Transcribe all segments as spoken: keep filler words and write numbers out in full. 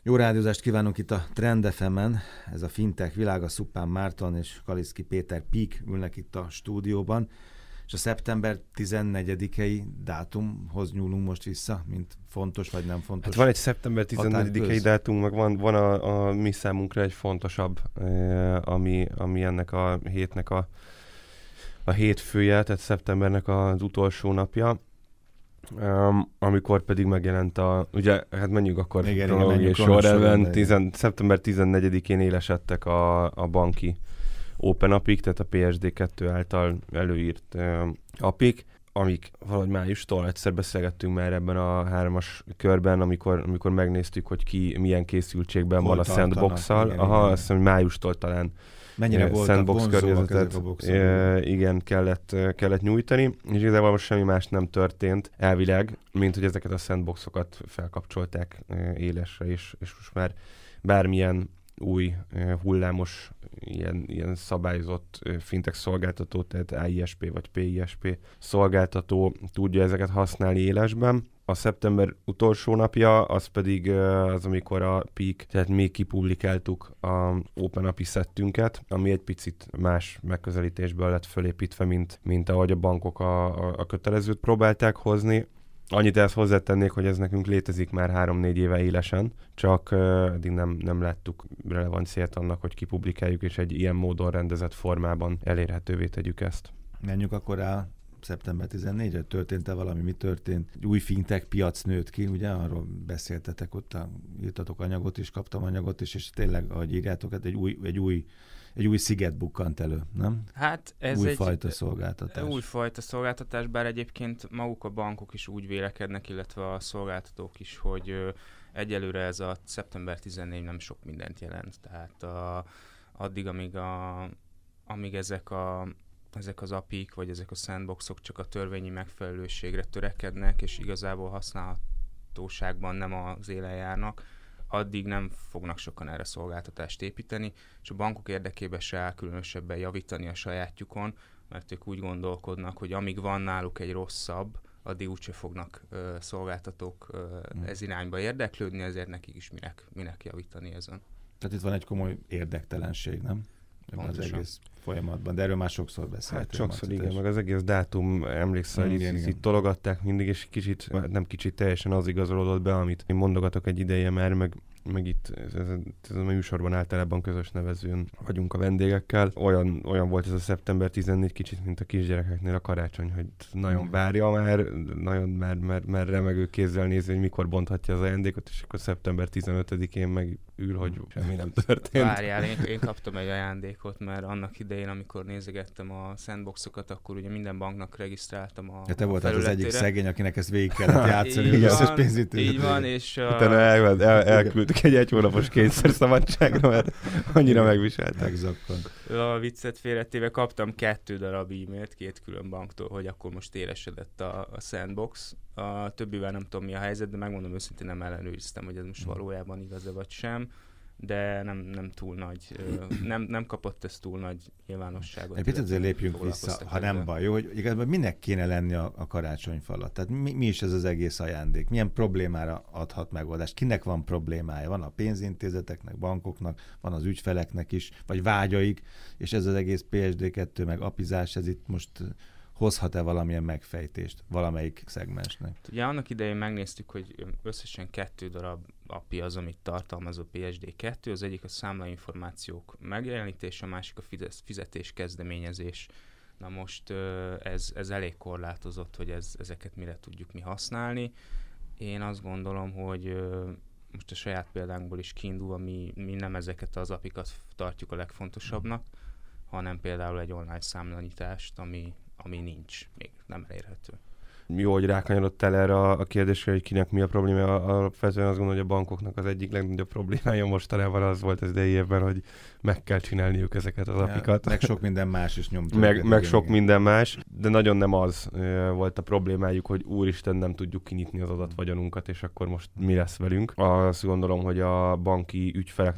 Jó rádiózást kívánunk itt a Trend ef emen, ez a Fintech világa, Szupán Márton és Kaliszki Péter Pík ülnek itt a stúdióban, és a szeptember tizennegyedikei dátumhoz nyúlunk most vissza, mint fontos vagy nem fontos. Hát van egy szeptember tizennegyedikei dátum, meg van, van a, a mi számunkra egy fontosabb, eh, ami, ami ennek a hétnek a, a hétfője, tehát szeptembernek az utolsó napja. Um, amikor pedig megjelent a, ugye, hát menjünk akkor kronológiai sorrendben, tizen, szeptember tizennegyedikén élesedtek a, a banki Open apik, tehát a pé es dé kettő által előírt um, apik, amik valahogy májustól egyszer beszélgettünk már ebben a hármas körben, amikor, amikor megnéztük, hogy ki milyen készültségben hol van a Sandbox-szal. Aha, azt hiszem, hogy májustól talán mennyire voltak vonzóak ezek a boxok? E, igen, kellett, kellett nyújtani, és igazából most semmi más nem történt elvileg, mint hogy ezeket a sandboxokat felkapcsolták e, élesre, és, és most már bármilyen új e, hullámos, ilyen, ilyen szabályozott e, fintech szolgáltató, tehát á i es pé vagy pé i es pé szolgáltató tudja ezeket használni élesben. A szeptember utolsó napja, az pedig az, amikor a Peak, tehát mi kipublikáltuk a Open á pé i szettünket, ami egy picit más megközelítésből lett fölépítve, mint, mint ahogy a bankok a, a, a kötelezőt próbálták hozni. Annyit ezt hozzátennék, hogy ez nekünk létezik már három-négy éve élesen, csak eddig nem, nem láttuk relevanciát annak, hogy kipublikáljuk, és egy ilyen módon rendezett formában elérhetővé tegyük ezt. Menjünk akkor rá szeptember tizennegyedikére, történt-e valami, mi történt? Egy új fintech piac nőtt ki, ugye? Arról beszéltetek ott, a, írtatok anyagot is, kaptam anyagot is, és tényleg, ahogy írjátok, hát egy új, egy új, egy új sziget bukkant elő, nem? Hát ez új egy fajta szolgáltatás. Új fajta szolgáltatás, bár egyébként maguk a bankok is úgy vélekednek, illetve a szolgáltatók is, hogy ö, egyelőre ez a szeptember tizennegyedike nem sok mindent jelent. Tehát a, addig, amíg, a, amíg ezek a ezek az apik, vagy ezek a sandboxok csak a törvényi megfelelőségre törekednek, és igazából használhatóságban nem az élen járnak, addig nem fognak sokan erre szolgáltatást építeni, és a bankok érdekében se áll különösebben javítani a sajátjukon, mert ők úgy gondolkodnak, hogy amíg van náluk egy rosszabb, addig úgyse fognak ö, szolgáltatók ö, hmm. ez irányba érdeklődni, ezért nekik is minek, minek javítani ezen. Tehát itt van egy komoly érdektelenség, nem? Ebben az egész folyamatban, de erről már sokszor beszéltünk. Hát sokszor igen, meg az egész dátum, emlékszel, hogy itt, itt tologatták mindig, és kicsit, nem kicsit, teljesen az igazolódott be, amit én mondogatok egy ideje már, meg, meg itt ez, ez, ez a műsorban általában közös nevezőn vagyunk a vendégekkel. Olyan, olyan volt ez a szeptember tizennegyedike kicsit, mint a kisgyerekeknél a karácsony, hogy nagyon várja már, nagyon már, már, már remegő kézzel nézi, hogy mikor bonthatja az ajándékot, és akkor szeptember tizenötödikén meg ül, hogy semmi nem történt. Várjál, én, én kaptam egy ajándékot, mert annak idején, amikor nézegettem a sandboxokat, akkor ugye minden banknak regisztráltam a, ja, te a voltál az egyik szegény, akinek ezt végig kellett ah, játszani. Így van, így van, és... Uh... Utána el, el, elküldtük egy egy hónapos kényszer szabadságra, mert annyira megviseltek. A viccet félretéve kaptam kettő darab e-mailt két külön banktól, hogy akkor most élesedett a, a sandbox. A többivel nem tudom mi a helyzet, de megmondom őszintén nem ellenőriztem, hogy ez most valójában igaz-e vagy sem, de nem, nem túl nagy, nem, nem kapott ez túl nagy nyilvánosságot. Egy picit azért lépjünk vissza, ha nem baj, jó, hogy igazából minek kéne lenni a, a karácsonyfa alatt? Tehát mi, mi is ez az egész ajándék? Milyen problémára adhat megoldást? Kinek van problémája? Van a pénzintézeteknek, bankoknak, van az ügyfeleknek is, vagy vágyaik, és ez az egész pé es dé kettő meg apizás, ez itt most hozhat-e valamilyen megfejtést valamelyik szegmensnek? Ugye annak idején megnéztük, hogy összesen kettő darab á pé i az, amit tartalmaz a pé es dé kettő, az egyik a számlainformációk megjelenítése, a másik a fizetés kezdeményezés. Na most ez, ez elég korlátozott, hogy ez, ezeket mire tudjuk mi használni. Én azt gondolom, hogy most a saját példánkból is kiindulva mi, mi nem ezeket az apikat tartjuk a legfontosabbnak, hanem például egy online számlanyitást, ami ami nincs, még nem elérhető. Jó, hogy rákanyarodtál erre a kérdésre, hogy kinek mi a probléma. Alapvetően azt gondolom, hogy a bankoknak az egyik legnagyobb problémája mostanában az volt ez idei évben, hogy meg kell csinálniuk ezeket az apikat. Ja, meg sok minden más is nyomtuk. meg meg igen, sok igen. minden más, de nagyon nem az volt a problémájuk, hogy úristen, nem tudjuk kinyitni az adatvagyonunkat, és akkor most mi lesz velünk. Azt gondolom, hogy a banki ügyfeleknek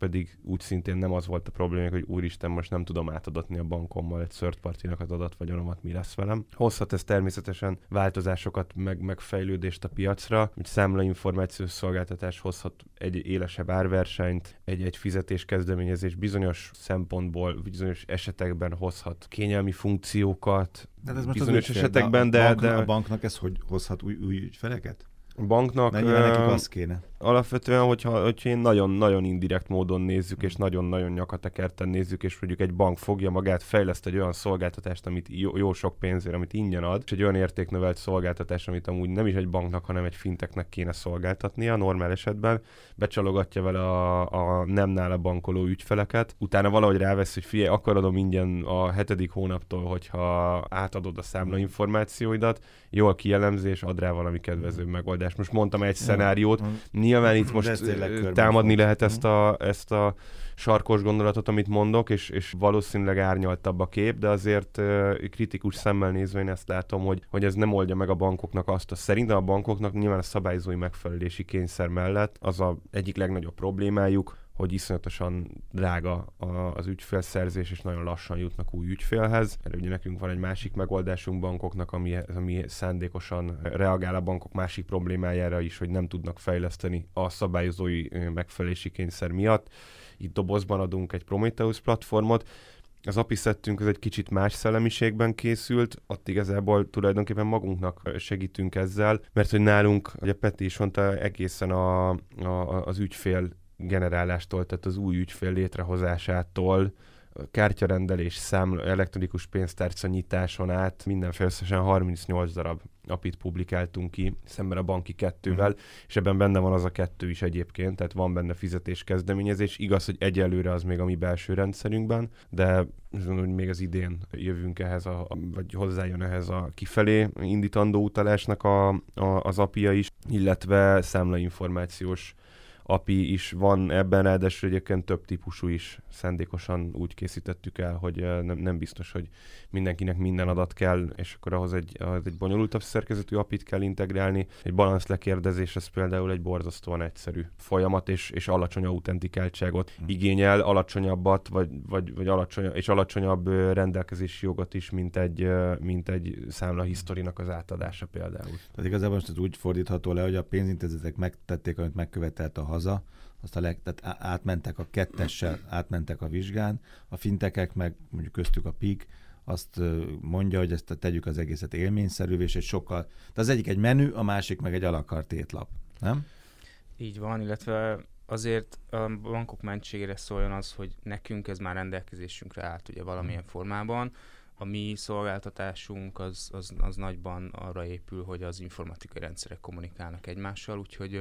pedig úgy szintén nem az volt a probléma, hogy úristen, most nem tudom átadatni a bankommal egy third party-nak az adatvagyonomat, mi lesz velem. Hozhat ez természetesen változásokat, meg, meg fejlődést a piacra, hogy számlainformációs szolgáltatás hozhat egy élesebb árversenyt, egy, egy fizetéskezdeményezés bizonyos szempontból, bizonyos esetekben hozhat kényelmi funkciókat, de ez most bizonyos az esetekben, de, a, de, de... A banknak ez hogy hozhat új, új ügyfeleket? A banknak... Mennyire nekik az kéne? Alapvetően, hogyha, hogyha én nagyon-nagyon indirekt módon nézzük, és nagyon-nagyon nyakatekerten nézzük, és mondjuk egy bank fogja magát, fejleszt egy olyan szolgáltatást, amit jó, jó sok pénzért, amit ingyen ad, és egy olyan értéknövelt szolgáltatás, amit amúgy nem is egy banknak, hanem egy finteknek kéne szolgáltatnia normál esetben, becsalogatja vele a, a nem nála bankoló ügyfeleket, utána valahogy rávesz, hogy figyelj, akkor adom ingyen a hetedik hónaptól, hogyha átadod a számlainformációidat, jól kielemzi, és ad rá valami kedvező megoldást. Most mondtam egy szenáriót, nyilván itt most támadni lehet ezt a, ezt a sarkos gondolatot, amit mondok, és, és valószínűleg árnyaltabb a kép, de azért uh, kritikus szemmel nézve én ezt látom, hogy, hogy ez nem oldja meg a bankoknak azt, a szerintem a bankoknak nyilván a szabályozói megfelelési kényszer mellett az a egyik legnagyobb problémájuk, hogy iszonyatosan drága a, az ügyfélszerzés, és nagyon lassan jutnak új ügyfélhez. Erre ugye nekünk van egy másik megoldásunk bankoknak, ami, ami szándékosan reagál a bankok másik problémájára is, hogy nem tudnak fejleszteni a szabályozói megfelelési kényszer miatt. Itt dobozban adunk egy Prometheus platformot. Az á pé i szettünk az egy kicsit más szellemiségben készült, ott igazából tulajdonképpen magunknak segítünk ezzel, mert hogy nálunk, ugye Peti is mondta, egészen a, a, az ügyfél generálástól, tehát az új ügyfél létrehozásától, kártyarendelés, számla, elektronikus pénztárca nyitáson át mindenféle összesen harmincnyolc darab apit publikáltunk ki, szemben a banki kettővel, mm. és ebben benne van az a kettő is egyébként, tehát van benne fizetéskezdeményezés. Igaz, hogy egyelőre az még a mi belső rendszerünkben, de hogy még az idén jövünk ehhez, a, vagy hozzájön ehhez a kifelé indítandó utalásnak a, a, az apija is, illetve számlainformációs á pé i is van ebben, ráadásul egyébként több típusú is szándékosan úgy készítettük el, hogy nem, nem biztos, hogy mindenkinek minden adat kell, és akkor ahhoz egy, ahhoz egy bonyolultabb szerkezetű á pé i-t kell integrálni. Egy balansz lekérdezés, ez például egy borzasztóan egyszerű folyamat, és, és alacsony autentikáltságot hmm. igényel, alacsonyabbat, vagy, vagy, vagy alacsony, és alacsonyabb rendelkezési jogot is, mint egy, mint egy számlahisztorinak az átadása például. Tehát igazából most ez úgy fordítható le, hogy a pénzintézetek megtették, amit megkövetelt a haza, azt a leg, tehát átmentek a kettessel, átmentek a vizsgán, a fintekek, meg mondjuk köztük a pig, azt mondja, hogy ezt tegyük az egészet élményszerűvé, és egy sokkal, de az egyik egy menü, a másik meg egy alakart étlap, nem? Így van, illetve azért a bankok mentségére szóljon az, hogy nekünk ez már rendelkezésünkre állt ugye valamilyen formában. A mi szolgáltatásunk az, az, az nagyban arra épül, hogy az informatikai rendszerek kommunikálnak egymással, úgyhogy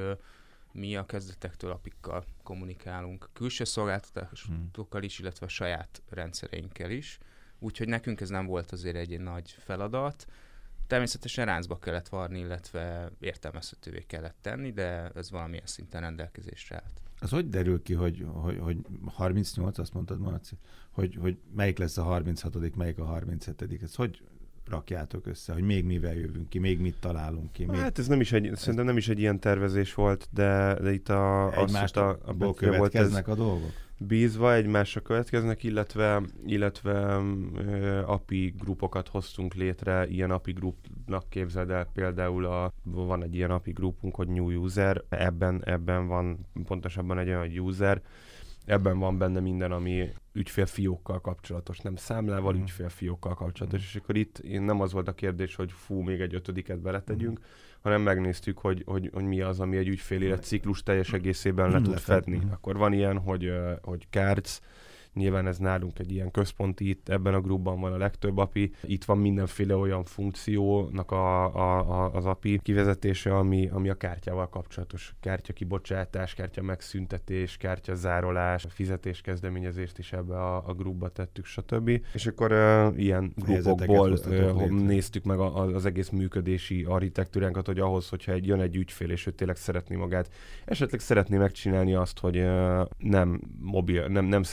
mi a kezdetektől apikkal kommunikálunk, külső szolgáltatásokkal is, illetve a saját rendszereinkkel is. Úgyhogy nekünk ez nem volt azért egy, egy nagy feladat. Természetesen ráncba kellett varni, illetve értelmezhetővé kellett tenni, de ez valamilyen szinten rendelkezésre állt. Az hogy derül ki, hogy, hogy, hogy harmincnyolc, azt mondtad, Marci, hogy, hogy melyik lesz a harminchatodik, melyik a harminchetedik? Ez hogy rakjátok össze, hogy még mivel jövünk ki, még mit találunk ki? Még... Hát ez nem is egy, szerintem nem is egy ilyen tervezés volt, de, de itt a... Egymásból következnek a dolgok? Bízva egymásra következnek, illetve, illetve uh, á pé i grupokat hoztunk létre, ilyen á pé i grupnak képzeld el, például a, van egy ilyen á pé i grupunk, hogy New User, ebben, ebben van pontosabban egy olyan user, ebben van benne minden, ami ügyfélfiókkal kapcsolatos, nem számlával, mm. ügyfélfiókkal kapcsolatos, mm. és akkor itt nem az volt a kérdés, hogy fú, még egy ötödiket beletegyünk, mm. hanem megnéztük, hogy, hogy, hogy mi az, ami egy ügyfél életciklus teljes egészében le tud fedni. Mm. Akkor van ilyen, hogy, hogy kárc, nyilván ez nálunk egy ilyen központi, itt ebben a grupban van a legtöbb á pé i. Itt van mindenféle olyan funkciónak a, a, a, az á pé i kivezetése, ami, ami a kártyával kapcsolatos. Kártya kibocsátás, kártya megszüntetés, kártya zárolás, fizetéskezdeményezést is ebbe a, a grupba tettük, stb. És akkor uh, ilyen grupokból uh, néztük meg a, a, az egész működési architektúránkat, hogy ahhoz, hogyha egy, jön egy ügyfél, és ő tényleg szeretné magát, esetleg szeretné megcsinálni azt, hogy uh, nem mobil, nem, nem szeretné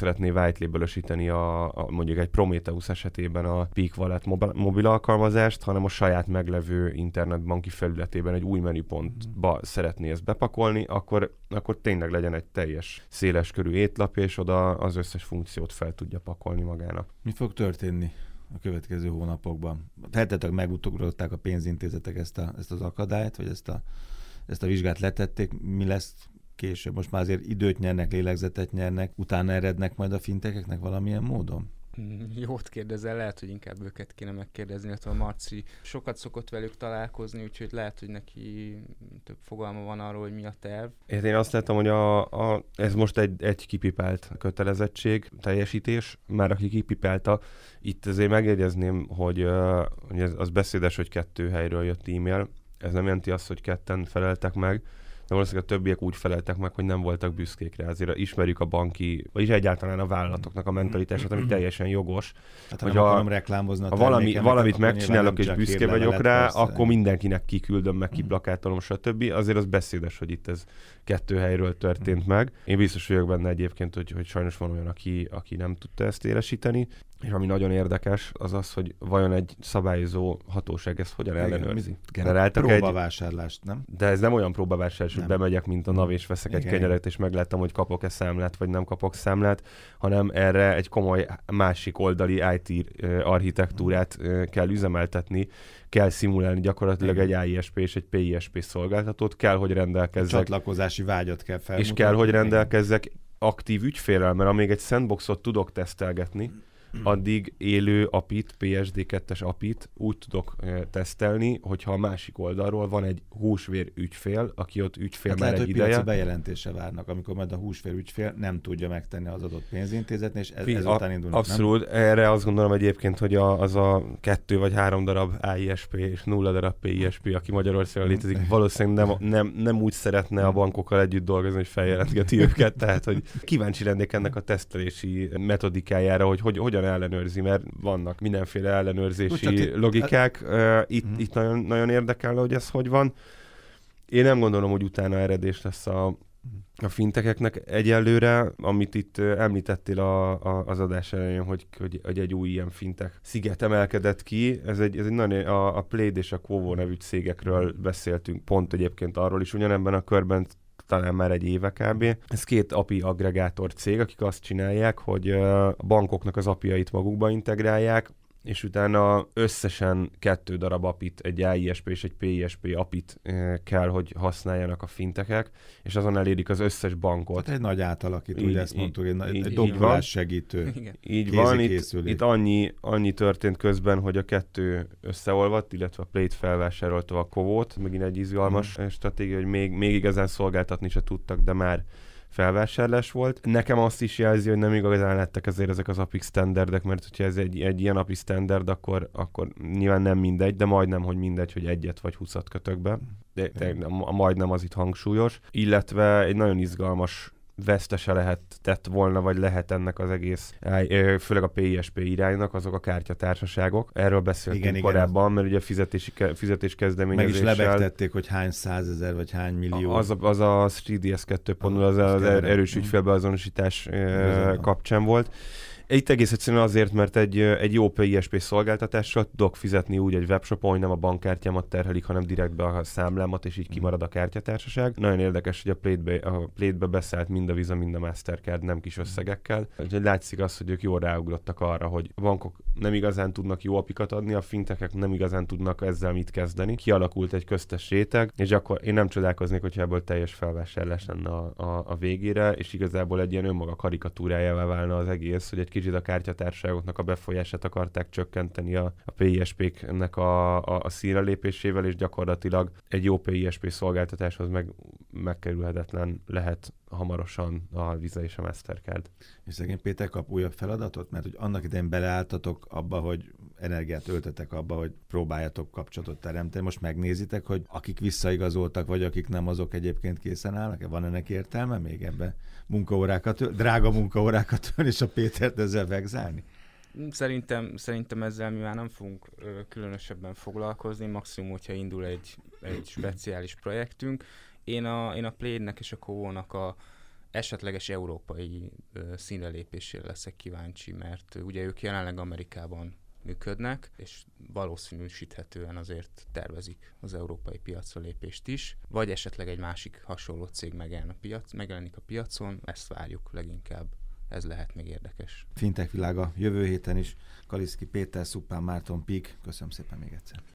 white label-ösíteni a, a, mondjuk egy Prometheus esetében a Peak Wallet mobil, mobil alkalmazást, hanem a saját meglevő internetbanki felületében egy új menüpontba mm. szeretné ezt bepakolni, akkor, akkor tényleg legyen egy teljes széleskörű étlapja, és oda az összes funkciót fel tudja pakolni magának. Mi fog történni a következő hónapokban? Tehetetek megugrották a pénzintézetek ezt, a, ezt az akadályt, vagy ezt a, ezt a vizsgát letették, mi lesz később? Most már azért időt nyernek, lélegzetet nyernek, utána erednek majd a fintekeknek valamilyen módon? Jót kérdezel, lehet, hogy inkább őket kéne megkérdezni, illetve a Marci sokat szokott velük találkozni, úgyhogy lehet, hogy neki több fogalma van arról, hogy mi a terv. Én azt látom, hogy a, a, ez most egy, egy kipipált kötelezettség, teljesítés, már aki kipipálta, itt azért megjegyezném, hogy, uh, hogy ez, az beszédes, hogy kettő helyről jött e-mail, ez nem jelenti azt, hogy ketten feleltek meg, de valószínűleg a többiek úgy feleltek meg, hogy nem voltak büszkék rá. Azért ismerjük a banki, vagyis egyáltalán a vállalatoknak a mentalitását, ami teljesen jogos. Hát, hogy ha reklámozni a valami, valamit megcsinálok és büszke vagyok rá, persze, akkor mindenkinek kiküldöm, meg kiplakátolom, stb. Azért az beszédes, hogy itt ez kettő helyről történt meg. Én biztos vagyok benne egyébként, hogy, hogy sajnos van olyan, aki, aki nem tudta ezt élesíteni. És ami nagyon érdekes, az az, hogy vajon egy szabályozó hatóság ezt hogyan ellenőrzi. Generáltak próbavásárlást, nem? De ez nem olyan próbavásárlás, hogy bemegyek, mint a NAV, és veszek igen. egy kenyeret, és megláttam, hogy kapok-e számlát, vagy nem kapok számlát, hanem erre egy komoly másik oldali i té architektúrát kell üzemeltetni, kell szimulálni gyakorlatilag igen. egy I S P és egy P I S P szolgáltatót, kell, hogy rendelkezzek. Csatlakozási vágyat kell felmutatni. És kell, hogy rendelkezzek aktív ügyféllel, mert amíg egy sandboxot tudok tesztelgetni, addig élő apit, P S D kettes apit úgy tudok e, tesztelni, hogyha a másik oldalról van egy húsvér ügyfél, aki ott ügyfél hát már lehet, egy hogy ideje. piaci bejelentése várnak, amikor majd a húsvér ügyfél nem tudja megtenni az adott pénzintézetnél, és ez, ezután indulnak, abszolút, nem? Erre azt gondolom egyébként, hogy a, az a kettő vagy három darab I S P és nulla darab P I S P, aki Magyarországon létezik, valószínűleg nem, nem, nem úgy szeretne a bankokkal együtt dolgozni, hogy feljelentgeti őket, tehát hogy kíváncsi lennék ennek a tesztelési metodikájára, hogy, hogy hogyan ellenőrzi, mert vannak mindenféle ellenőrzési Bocsát, logikák. Uh, itt uh-huh. itt nagyon, nagyon érdekelne, hogy ez hogy van. Én nem gondolom, hogy utána eredés lesz a, a fintekeknek egyelőre, amit itt említettél a, a, az adás elején, hogy, hogy, hogy egy új ilyen fintek sziget emelkedett ki. Ez egy, ez egy nagyon, a, a Plaid és a Quovo nevű cégekről beszéltünk, pont egyébként arról is, ugyanebben a körben talán már egy éve kb. Ez két á pé i aggregátor cég, akik azt csinálják, hogy a bankoknak az á pé i-ait magukba integrálják, és utána összesen kettő darab apit, egy A I S P és egy P I S P apit kell, hogy használjanak a fintekek, és azon elérik az összes bankot. Hát egy nagy átalakító, ugye ezt mondtuk, egy, így, egy dobbulás segítő. Igen. Így van, itt, itt annyi, annyi történt közben, hogy a kettő összeolvadt, illetve a Plaid felvásárolta a Quovót, megint egy izgalmas hmm. stratégia, hogy még, még igazán szolgáltatni se tudtak, de már felvásárlás volt. Nekem azt is jelzi, hogy nem igazán lettek azért ezek az á pé i standardek, mert hogyha ez egy, egy ilyen á pé i standard, akkor, akkor nyilván nem mindegy, de majdnem, hogy mindegy, hogy egyet vagy húszat kötök be. De, de a majdnem az itt hangsúlyos. Illetve egy nagyon izgalmas vesztese lehetett volna, vagy lehet ennek az egész, főleg a P I S P iránynak, azok a kártyatársaságok. Erről beszéltünk igen, korábban, igen, mert ugye a fizetési, fizetés kezdeményezéssel... Meg is lebegtették, hogy hány százezer, vagy hány millió. Az a, az a három D S kettő pont null, az, az, az erős ügyfélbeazonosítás kapcsán volt. Itt egész egyszerűen azért, mert egy, egy jó P I S P szolgáltatással tudok fizetni úgy egy webshopon, hogy nem a bankkártyámat terhelik, hanem direktbe a számlámat, és így kimarad a kártyatársaság. Nagyon érdekes, hogy a Plaidbe, a Plaidbe beszállt mind a Visa, mind a Mastercard nem kis összegekkel. Úgyhogy látszik az, hogy ők jól ráugrottak arra, hogy a bankok nem igazán tudnak jó apikat adni, a fintekek nem igazán tudnak ezzel mit kezdeni. Kialakult egy köztes réteg, és akkor én nem csodálkoznék, hogyha ebből teljes felvásárlás lenne a, a, a végére, és igazából egy ilyen önmaga karikatúrájává válna az egész, hogy egy kicsit a kártyatársaságoknak a befolyását akarták csökkenteni a, a P I S P-knek a, a, a színre lépésével, és gyakorlatilag egy jó P I S P szolgáltatáshoz meg, megkerülhetetlen lehet hamarosan a Visa és a Mastercard. És szegény Péter kap újabb feladatot? Mert hogy annak idején beleálltatok abba, hogy energiát öltetek abba, hogy próbáljatok kapcsolatot teremteni. Most megnézitek, hogy akik visszaigazoltak, vagy akik nem, azok egyébként készen állnak? Van ennek értelme még ebben? Munkaórákat, drága munkaórákat ön, és a Pétert ezzel vegzálni? Szerintem, szerintem ezzel mi már nem fogunk ö, különösebben foglalkozni, maximum, hogyha indul egy, egy speciális projektünk. Én a, én a Plaidnek és a Quovónak a esetleges európai ö, színrelépésére leszek kíváncsi, mert ö, ugye ők jelenleg Amerikában működnek, és valószínűsíthetően azért tervezik az európai piacra lépést is, vagy esetleg egy másik hasonló cég megjelenik a, piac, megjelenik a piacon, ezt várjuk leginkább. Ez lehet még érdekes. Fintech világa jövő héten is. Kaliszki Péter, Szuppán Márton, Pík. Köszönöm szépen még egyszer.